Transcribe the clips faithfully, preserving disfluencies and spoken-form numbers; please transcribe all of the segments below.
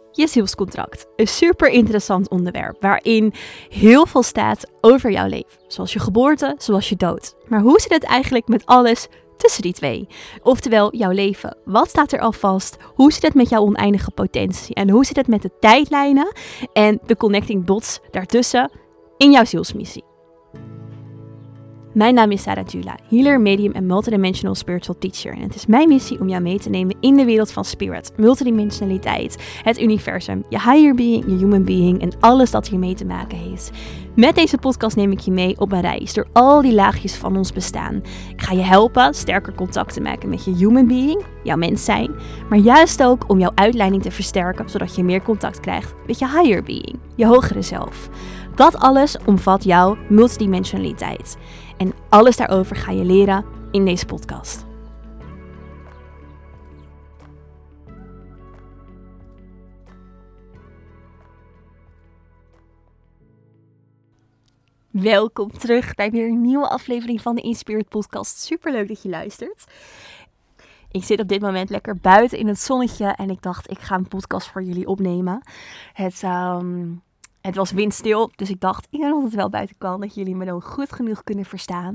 je zielscontract. Een super interessant onderwerp waarin heel veel staat over jouw leven. Zoals je geboorte, zoals je dood. Maar hoe zit het eigenlijk met alles tussen die twee? Oftewel jouw leven. Wat staat er al vast? Hoe zit het met jouw oneindige potentie? En hoe zit het met de tijdlijnen en de connecting dots daartussen in jouw zielsmissie? Mijn naam is Sarah Jula, healer, medium en multidimensional spiritual teacher. En het is mijn missie om jou mee te nemen in de wereld van spirit, multidimensionaliteit, het universum, je higher being, je human being en alles dat hiermee te maken heeft. Met deze podcast neem ik je mee op een reis door al die laagjes van ons bestaan. Ik ga je helpen sterker contact te maken met je human being, jouw mens zijn, maar juist ook om jouw uitleiding te versterken, zodat je meer contact krijgt met je higher being, je hogere zelf. Dat alles omvat jouw multidimensionaliteit. En alles daarover ga je leren in deze podcast. Welkom terug bij weer een nieuwe aflevering van de Inspired Podcast. Superleuk dat je luistert. Ik zit op dit moment lekker buiten in het zonnetje en ik dacht ik ga een podcast voor jullie opnemen. Het... Um... Het was windstil, dus ik dacht, ik denk dat het wel buiten kan, dat jullie me dan goed genoeg kunnen verstaan.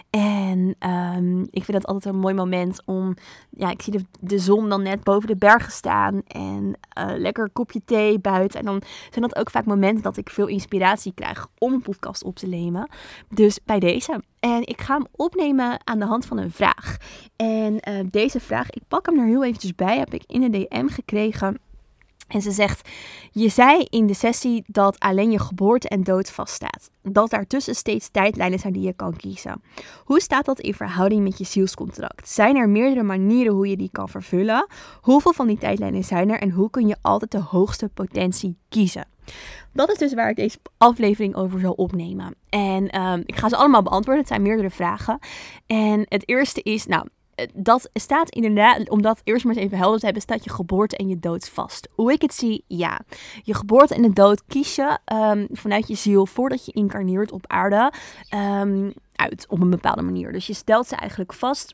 En um, ik vind dat altijd een mooi moment om, ja, ik zie de, de zon dan net boven de bergen staan en uh, lekker een kopje thee buiten. En dan zijn dat ook vaak momenten dat ik veel inspiratie krijg om een podcast op te nemen. Dus bij deze. En ik ga hem opnemen aan de hand van een vraag. En uh, deze vraag, ik pak hem er heel eventjes bij, heb ik in een D M gekregen. En ze zegt, je zei in de sessie dat alleen je geboorte en dood vaststaat. Dat daartussen steeds tijdlijnen zijn die je kan kiezen. Hoe staat dat in verhouding met je zielscontract? Zijn er meerdere manieren hoe je die kan vervullen? Hoeveel van die tijdlijnen zijn er? En hoe kun je altijd de hoogste potentie kiezen? Dat is dus waar ik deze aflevering over zal opnemen. En um, ik ga ze allemaal beantwoorden. Het zijn meerdere vragen. En het eerste is, nou... Dat staat inderdaad, om dat eerst maar eens even helder te hebben, staat je geboorte en je dood vast. Hoe ik het zie, ja. Je geboorte en de dood kies je um, vanuit je ziel voordat je incarneert op aarde um, uit op een bepaalde manier. Dus je stelt ze eigenlijk vast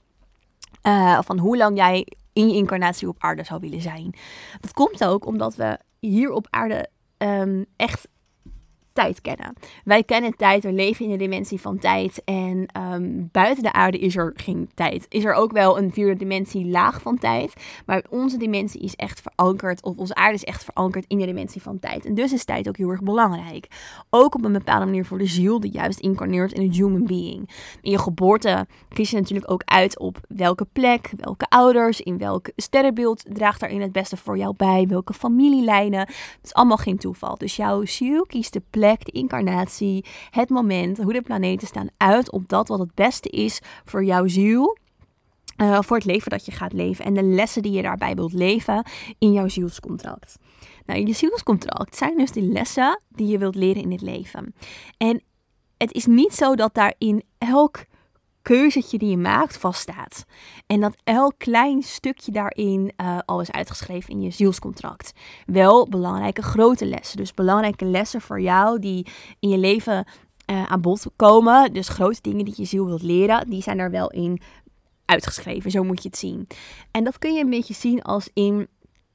uh, van hoe lang jij in je incarnatie op aarde zou willen zijn. Dat komt ook omdat we hier op aarde um, echt tijd kennen. Wij kennen tijd, we leven in de dimensie van tijd en um, buiten de aarde is er geen tijd. Is er ook wel een vierde dimensie laag van tijd, maar onze dimensie is echt verankerd, of onze aarde is echt verankerd in de dimensie van tijd. En dus is tijd ook heel erg belangrijk. Ook op een bepaalde manier voor de ziel die juist incarneert in een human being. In je geboorte kies je natuurlijk ook uit op welke plek, welke ouders, in welk sterrenbeeld draagt daarin het beste voor jou bij, welke familielijnen. Het is allemaal geen toeval. Dus jouw ziel kiest de plek, de incarnatie, het moment, hoe de planeten staan uit op dat wat het beste is voor jouw ziel, uh, voor het leven dat je gaat leven en de lessen die je daarbij wilt leven in jouw zielscontract. Nou, in je zielscontract zijn dus die lessen die je wilt leren in het leven. En het is niet zo dat daarin elk keuzetje die je maakt vaststaat. En dat elk klein stukje daarin uh, al is uitgeschreven in je zielscontract. Wel belangrijke grote lessen. Dus belangrijke lessen voor jou die in je leven uh, aan bod komen. Dus grote dingen die je ziel wilt leren, die zijn er wel in uitgeschreven. Zo moet je het zien. En dat kun je een beetje zien als in,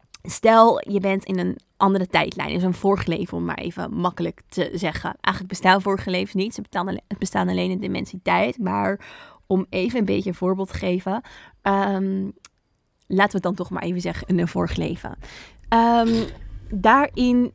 stel je bent in een andere tijdlijn, is een vorig leven, om maar even makkelijk te zeggen. Eigenlijk bestaan vorige levens niet, ze bestaan, bestaan alleen in dimensie tijd. Maar om even een beetje een voorbeeld te geven, um, laten we het dan toch maar even zeggen in een vorig leven. Um, daarin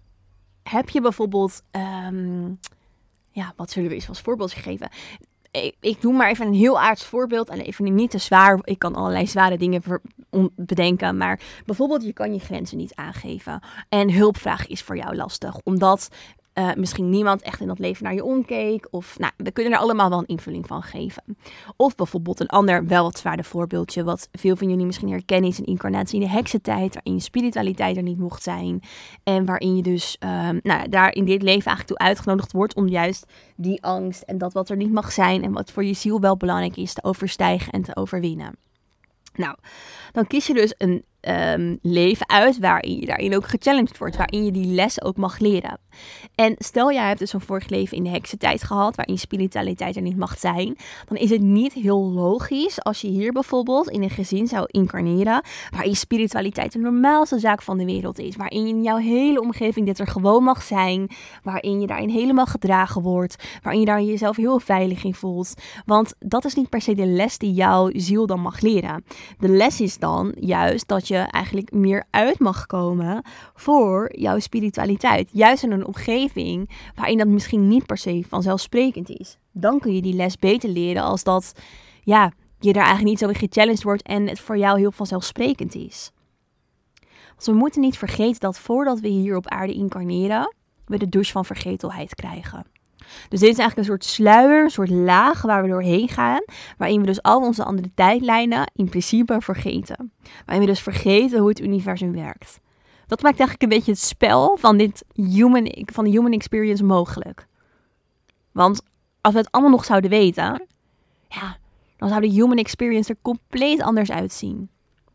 heb je bijvoorbeeld, um, ja, wat zullen we eens als voorbeeld geven? Ik, ik doe maar even een heel aards voorbeeld en even niet te zwaar. Ik kan allerlei zware dingen ver, on, bedenken. Maar bijvoorbeeld, je kan je grenzen niet aangeven. En hulpvraag is voor jou lastig. Omdat uh, misschien niemand echt in dat leven naar je omkeek. Of, nou, we kunnen er allemaal wel een invulling van geven. Of bijvoorbeeld een ander, wel wat zwaarder voorbeeldje. Wat veel van jullie misschien herkennen, is een incarnatie in de heksentijd. Waarin je spiritualiteit er niet mocht zijn. En waarin je dus um, nou, daar in dit leven eigenlijk toe uitgenodigd wordt om juist die angst en dat wat er niet mag zijn en wat voor je ziel wel belangrijk is te overstijgen en te overwinnen. Nou, dan kies je dus een um, leven uit waarin je daarin ook gechallenged wordt. Waarin je die les ook mag leren. En stel jij hebt dus een vorig leven in de heksentijd gehad, waarin spiritualiteit er niet mag zijn. Dan is het niet heel logisch als je hier bijvoorbeeld in een gezin zou incarneren, waarin spiritualiteit de normaalste zaak van de wereld is. Waarin je in jouw hele omgeving dit er gewoon mag zijn. Waarin je daarin helemaal gedragen wordt. Waarin je daar jezelf heel veilig in voelt. Want dat is niet per se de les die jouw ziel dan mag leren. De les is dan juist dat je eigenlijk meer uit mag komen voor jouw spiritualiteit. Juist in een omgeving waarin dat misschien niet per se vanzelfsprekend is. Dan kun je die les beter leren als dat ja, je daar eigenlijk niet zo in gechallenged wordt en het voor jou heel vanzelfsprekend is. Want we moeten niet vergeten dat voordat we hier op aarde incarneren, we de douche van vergetelheid krijgen. Dus dit is eigenlijk een soort sluier, een soort laag waar we doorheen gaan. Waarin we dus al onze andere tijdlijnen in principe vergeten. Waarin we dus vergeten hoe het universum werkt. Dat maakt eigenlijk een beetje het spel van, dit human, van de human experience mogelijk. Want als we het allemaal nog zouden weten, ja, dan zou de human experience er compleet anders uitzien.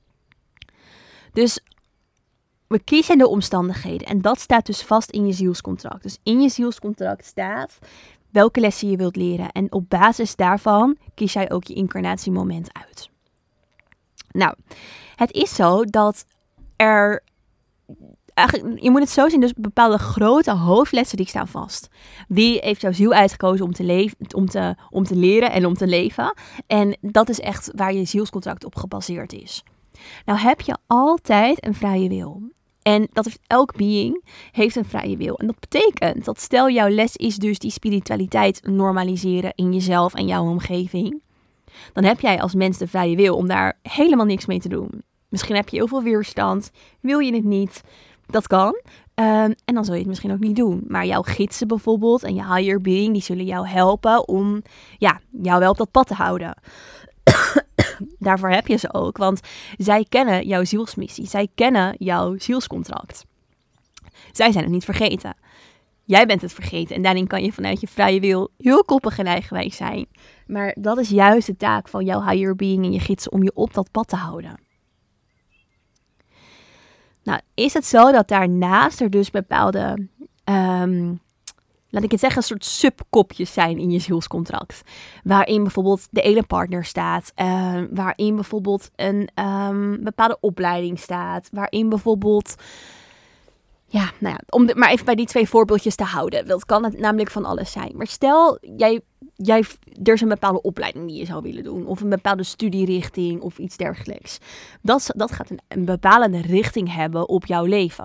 Dus we kiezen de omstandigheden en dat staat dus vast in je zielscontract. Dus in je zielscontract staat welke lessen je wilt leren. En op basis daarvan kies jij ook je incarnatiemoment uit. Nou, het is zo dat er eigenlijk, je moet het zo zien, dus bepaalde grote hoofdlessen die staan vast. Die heeft jouw ziel uitgekozen om te, leven, om, te, om te leren en om te leven. En dat is echt waar je zielscontract op gebaseerd is. Nou heb je altijd een vrije wil. En dat heeft elk being heeft een vrije wil. En dat betekent dat stel jouw les is dus die spiritualiteit normaliseren in jezelf en jouw omgeving. Dan heb jij als mens de vrije wil om daar helemaal niks mee te doen. Misschien heb je heel veel weerstand, wil je het niet, dat kan. Um, en dan zul je het misschien ook niet doen. Maar jouw gidsen bijvoorbeeld en je higher being, die zullen jou helpen om ja, jou wel op dat pad te houden. Daarvoor heb je ze ook, want zij kennen jouw zielsmissie. Zij kennen jouw zielscontract. Zij zijn het niet vergeten. Jij bent het vergeten en daarin kan je vanuit je vrije wil heel koppig en eigenwijs zijn. Maar dat is juist de taak van jouw higher being en je gidsen om je op dat pad te houden. Nou, is het zo dat daarnaast er dus bepaalde, um, laat ik het zeggen, een soort subkopjes zijn in je zielscontract. Waarin bijvoorbeeld de ene partner staat. Uh, waarin bijvoorbeeld een um, bepaalde opleiding staat. Waarin bijvoorbeeld, ja, nou ja, om de, maar even bij die twee voorbeeldjes te houden. Dat kan het namelijk van alles zijn. Maar stel, jij, jij, er is een bepaalde opleiding die je zou willen doen. Of een bepaalde studierichting of iets dergelijks. Dat, dat gaat een, een bepalende richting hebben op jouw leven.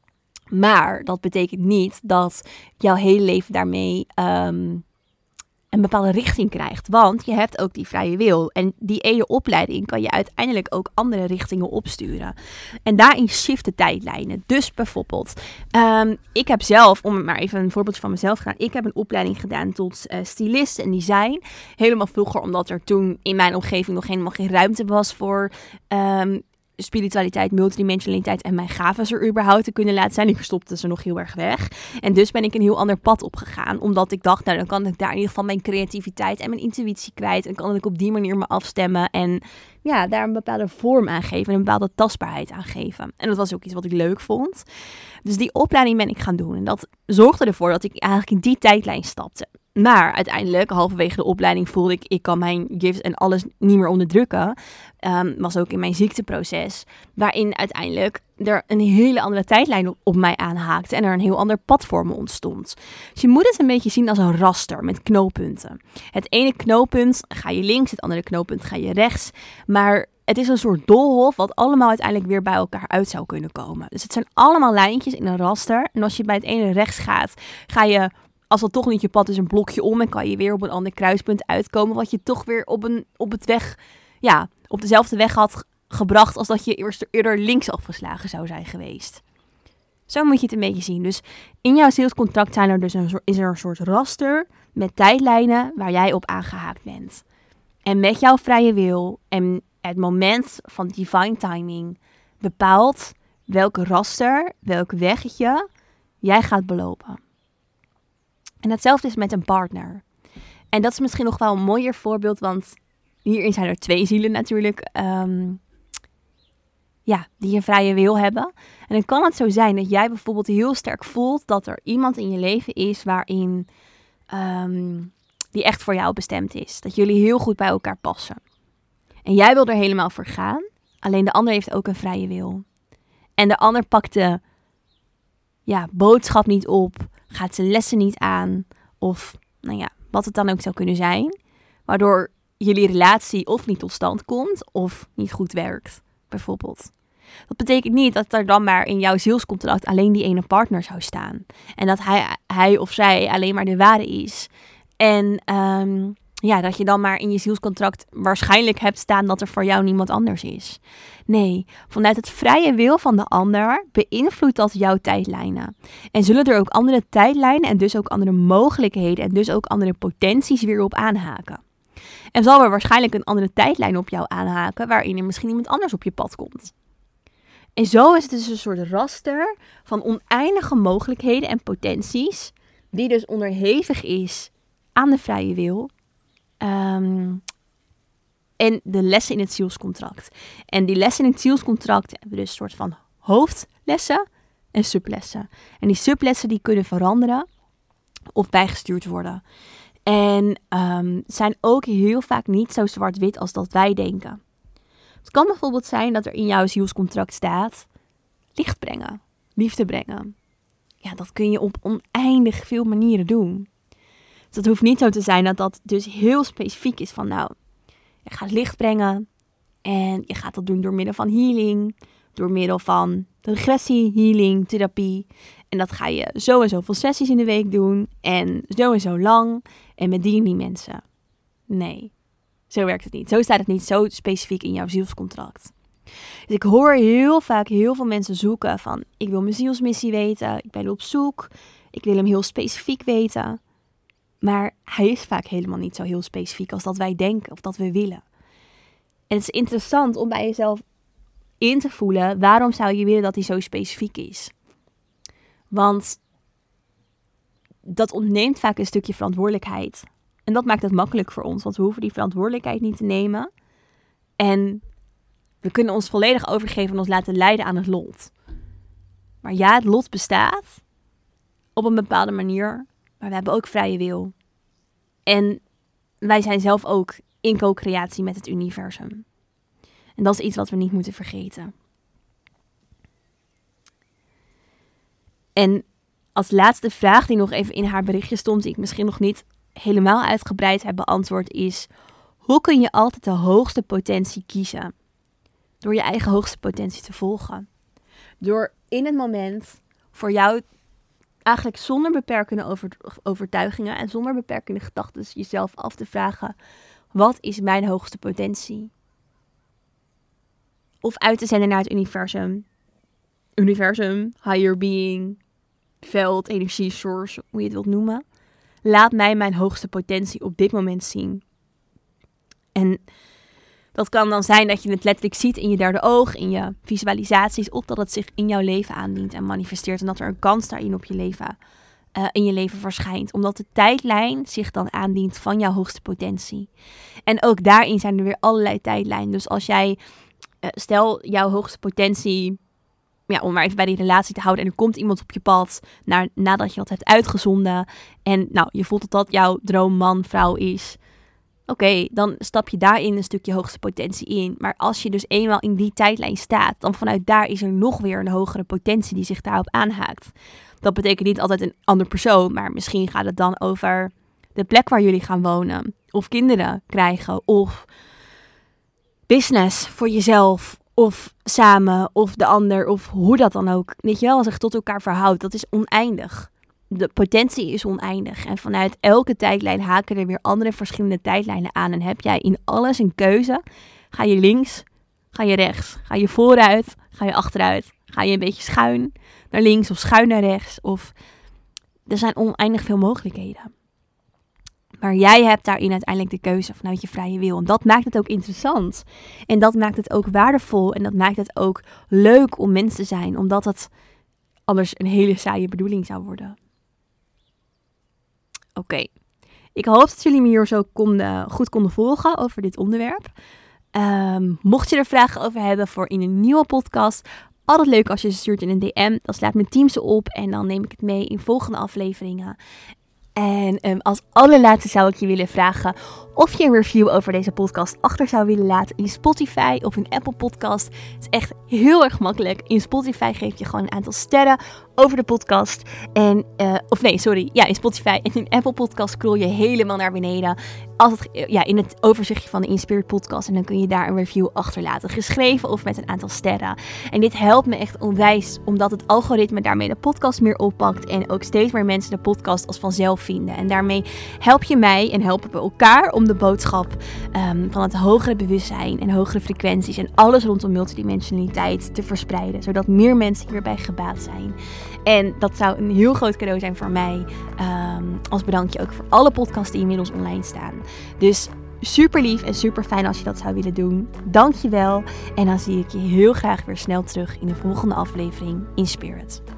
Maar dat betekent niet dat jouw hele leven daarmee um, een bepaalde richting krijgt. Want je hebt ook die vrije wil. En die ene opleiding kan je uiteindelijk ook andere richtingen opsturen. En daarin shiften tijdlijnen. Dus bijvoorbeeld, um, ik heb zelf, om maar even een voorbeeldje van mezelf te gaan. Ik heb een opleiding gedaan tot uh, stylist en design. Helemaal vroeger, omdat er toen in mijn omgeving nog helemaal geen ruimte was voor Um, spiritualiteit, multidimensionaliteit en mijn gaven er überhaupt te kunnen laten zijn. Ik stopte ze nog heel erg weg. En dus ben ik een heel ander pad opgegaan. Omdat ik dacht, nou dan kan ik daar in ieder geval mijn creativiteit en mijn intuïtie kwijt. En kan ik op die manier me afstemmen. En ja, daar een bepaalde vorm aan geven. En een bepaalde tastbaarheid aan geven. En dat was ook iets wat ik leuk vond. Dus die opleiding ben ik gaan doen. En dat zorgde ervoor dat ik eigenlijk in die tijdlijn stapte. Maar uiteindelijk, halverwege de opleiding, voelde ik, ik kan mijn gifts en alles niet meer onderdrukken. Um, was ook in mijn ziekteproces, waarin uiteindelijk er een hele andere tijdlijn op, op mij aanhaakte en er een heel ander pad voor me ontstond. Dus je moet het een beetje zien als een raster met knooppunten. Het ene knooppunt ga je links, het andere knooppunt ga je rechts, maar het is een soort doolhof wat allemaal uiteindelijk weer bij elkaar uit zou kunnen komen. Dus het zijn allemaal lijntjes in een raster en als je bij het ene rechts gaat, ga je, als dat toch niet je pad is, een blokje om en kan je weer op een ander kruispunt uitkomen, wat je toch weer op, een, op het weg, ja, op dezelfde weg had gebracht als dat je eerst eerder links afgeslagen zou zijn geweest. Zo moet je het een beetje zien. Dus in jouw zielscontract zijn er dus een, is er een soort raster met tijdlijnen waar jij op aangehaakt bent. En met jouw vrije wil en het moment van divine timing bepaalt welke raster, welk weggetje jij gaat belopen. En hetzelfde is met een partner. En dat is misschien nog wel een mooier voorbeeld, want hierin zijn er twee zielen natuurlijk um, ja, die een vrije wil hebben. En dan kan het zo zijn dat jij bijvoorbeeld heel sterk voelt dat er iemand in je leven is waarin um, die echt voor jou bestemd is. Dat jullie heel goed bij elkaar passen. En jij wil er helemaal voor gaan. Alleen de ander heeft ook een vrije wil. En de ander pakt de ja, boodschap niet op. Gaat zijn lessen niet aan. Of nou ja, wat het dan ook zou kunnen zijn. Waardoor jullie relatie of niet tot stand komt. Of niet goed werkt. Bijvoorbeeld. Dat betekent niet dat er dan maar in jouw zielscontract alleen die ene partner zou staan. En dat hij, hij of zij alleen maar de ware is. En um, ja, dat je dan maar in je zielscontract waarschijnlijk hebt staan dat er voor jou niemand anders is. Nee, vanuit het vrije wil van de ander beïnvloedt dat jouw tijdlijnen. En zullen er ook andere tijdlijnen en dus ook andere mogelijkheden en dus ook andere potenties weer op aanhaken. En zal er waarschijnlijk een andere tijdlijn op jou aanhaken waarin er misschien iemand anders op je pad komt. En zo is het dus een soort raster van oneindige mogelijkheden en potenties die dus onderhevig is aan de vrije wil um, en de lessen in het zielscontract. En die lessen in het zielscontract hebben we dus een soort van hoofdlessen en sublessen. En die sublessen die kunnen veranderen of bijgestuurd worden. En um, zijn ook heel vaak niet zo zwart-wit als dat wij denken. Het kan bijvoorbeeld zijn dat er in jouw zielscontract staat licht brengen, liefde brengen. Ja, dat kun je op oneindig veel manieren doen. Dus het hoeft niet zo te zijn dat dat dus heel specifiek is van nou, je gaat licht brengen en je gaat dat doen door middel van healing, door middel van regressie, healing, therapie. En dat ga je zo en zoveel sessies in de week doen en zo en zo lang en met die en die mensen. Nee, zo werkt het niet. Zo staat het niet zo specifiek in jouw zielscontract. Dus ik hoor heel vaak heel veel mensen zoeken van ik wil mijn zielsmissie weten, ik ben op zoek, ik wil hem heel specifiek weten. Maar hij is vaak helemaal niet zo heel specifiek als dat wij denken of dat we willen. En het is interessant om bij jezelf in te voelen, waarom zou je willen dat hij zo specifiek is? Want dat ontneemt vaak een stukje verantwoordelijkheid. En dat maakt het makkelijk voor ons, want we hoeven die verantwoordelijkheid niet te nemen. En we kunnen ons volledig overgeven en ons laten leiden aan het lot. Maar ja, het lot bestaat op een bepaalde manier, maar we hebben ook vrije wil. En wij zijn zelf ook in co-creatie met het universum. En dat is iets wat we niet moeten vergeten. En als laatste vraag die nog even in haar berichtje stond, die ik misschien nog niet helemaal uitgebreid heb beantwoord, is: hoe kun je altijd de hoogste potentie kiezen? Door je eigen hoogste potentie te volgen. Door in het moment voor jou eigenlijk zonder beperkende over, overtuigingen en zonder beperkende gedachten jezelf af te vragen: wat is mijn hoogste potentie? Of uit te zenden naar het universum. Universum, higher being, veld, energie, source, hoe je het wilt noemen. Laat mij mijn hoogste potentie op dit moment zien. En dat kan dan zijn dat je het letterlijk ziet in je derde oog, in je visualisaties, of dat het zich in jouw leven aandient en manifesteert. En dat er een kans daarin op je leven, uh, in je leven verschijnt. Omdat de tijdlijn zich dan aandient van jouw hoogste potentie. En ook daarin zijn er weer allerlei tijdlijnen. Dus als jij, uh, stel jouw hoogste potentie, ja, om maar even bij die relatie te houden, en er komt iemand op je pad naar, nadat je dat hebt uitgezonden. En nou, je voelt dat dat jouw droomman, vrouw is. Oké, okay, dan stap je daarin een stukje hoogste potentie in. Maar als je dus eenmaal in die tijdlijn staat, dan vanuit daar is er nog weer een hogere potentie die zich daarop aanhaakt. Dat betekent niet altijd een ander persoon, maar misschien gaat het dan over de plek waar jullie gaan wonen. Of kinderen krijgen, of business voor jezelf, of samen, of de ander, of hoe dat dan ook. Weet je wel, zich tot elkaar verhoudt, dat is oneindig. De potentie is oneindig. En vanuit elke tijdlijn haken er weer andere verschillende tijdlijnen aan. En heb jij in alles een keuze. Ga je links, ga je rechts. Ga je vooruit, ga je achteruit. Ga je een beetje schuin naar links of schuin naar rechts. Of er zijn oneindig veel mogelijkheden. Maar jij hebt daarin uiteindelijk de keuze vanuit je vrije wil. En dat maakt het ook interessant. En dat maakt het ook waardevol. En dat maakt het ook leuk om mens te zijn. Omdat het anders een hele saaie bedoeling zou worden. Oké, okay. Ik hoop dat jullie me hier zo konden, goed konden volgen over dit onderwerp. Um, mocht je er vragen over hebben voor in een nieuwe podcast, altijd leuk als je ze stuurt in een D M. Dan slaat mijn team ze op en dan neem ik het mee in volgende afleveringen. En um, als allerlaatste zou ik je willen vragen of je een review over deze podcast achter zou willen laten in Spotify of in Apple Podcast. Het is echt heel erg makkelijk. In Spotify geef je gewoon een aantal sterren over de podcast. En, uh, of nee, sorry. Ja, in Spotify en in Apple Podcast scroll je helemaal naar beneden. Als het, ja, in het overzichtje van de Inspired Podcast. En dan kun je daar een review achterlaten. Geschreven of met een aantal sterren. En dit helpt me echt onwijs. Omdat het algoritme daarmee de podcast meer oppakt. En ook steeds meer mensen de podcast als vanzelf vinden. En daarmee help je mij en helpen we elkaar om de boodschap um, van het hogere bewustzijn en hogere frequenties. En alles rondom multidimensionaliteit te verspreiden. Zodat meer mensen hierbij gebaat zijn. En dat zou een heel groot cadeau zijn voor mij. Um, als bedankje ook voor alle podcasts die inmiddels online staan. Dus super lief en super fijn als je dat zou willen doen. Dank je wel. En dan zie ik je heel graag weer snel terug in de volgende aflevering in Spirit.